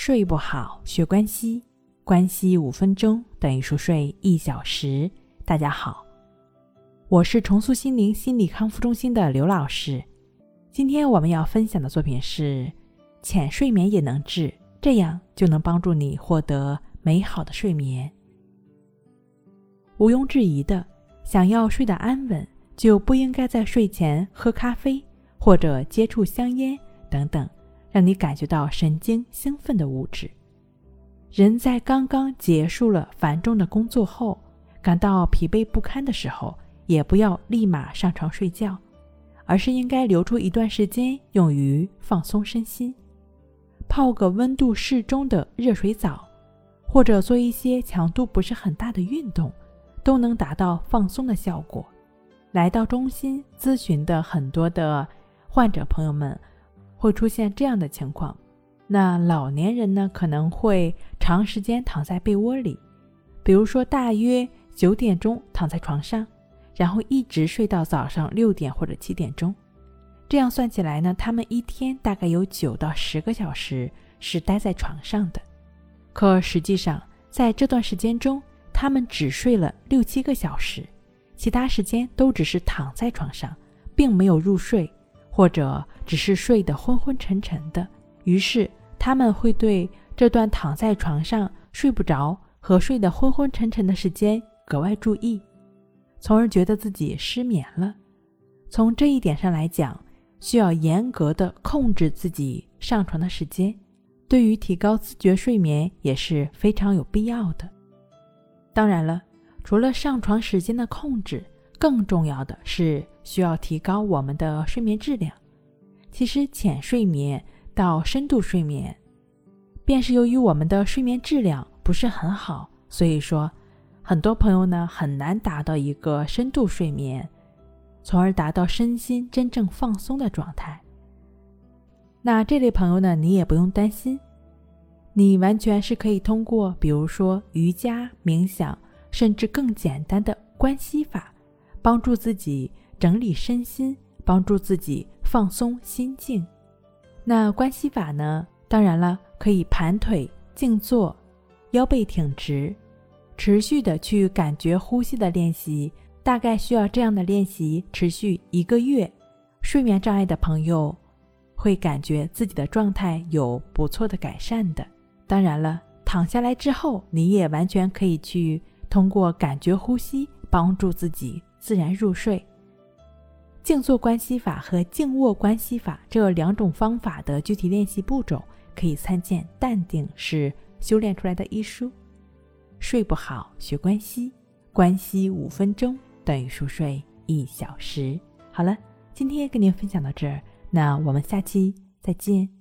睡不好，学关西，关西5分钟等于熟睡1小时。大家好，我是重塑心灵心理康复中心的刘老师。今天我们要分享的作品是浅睡眠也能治，这样就能帮助你获得美好的睡眠。毋庸置疑的，想要睡得安稳，就不应该在睡前喝咖啡或者接触香烟等等让你感觉到神经兴奋的物质。人在刚刚结束了繁重的工作后，感到疲惫不堪的时候，也不要立马上床睡觉，而是应该留出一段时间用于放松身心。泡个温度适中的热水澡，或者做一些强度不是很大的运动，都能达到放松的效果。来到中心咨询的很多的患者朋友们会出现这样的情况，那老年人呢，可能会长时间躺在被窝里，比如说大约9点钟躺在床上，然后一直睡到早上6点或者7点钟。这样算起来呢，他们一天大概有9到10个小时是待在床上的。可实际上在这段时间中，他们只睡了6、7个小时，其他时间都只是躺在床上，并没有入睡，或者只是睡得昏昏沉沉的。于是他们会对这段躺在床上睡不着和睡得昏昏沉沉的时间格外注意，从而觉得自己失眠了。从这一点上来讲，需要严格的控制自己上床的时间，对于提高自觉睡眠也是非常有必要的。当然了，除了上床时间的控制，更重要的是需要提高我们的睡眠质量。其实浅睡眠到深度睡眠，便是由于我们的睡眠质量不是很好，所以说很多朋友呢很难达到一个深度睡眠，从而达到身心真正放松的状态。那这类朋友呢，你也不用担心，你完全是可以通过比如说瑜伽、冥想，甚至更简单的关系法，帮助自己整理身心，帮助自己放松心境。那关系法呢，当然了，可以盘腿静坐，腰背挺直，持续的去感觉呼吸的练习，大概需要这样的练习持续1个月。睡眠障碍的朋友会感觉自己的状态有不错的改善的。当然了，躺下来之后，你也完全可以去通过感觉呼吸帮助自己自然入睡。静坐关系法和静卧关系法这2种方法的具体练习步骤，可以参见《淡定是修炼出来的》一书。睡不好学关系，关系5分钟等于熟睡1小时。好了，今天跟您分享到这儿，那我们下期再见。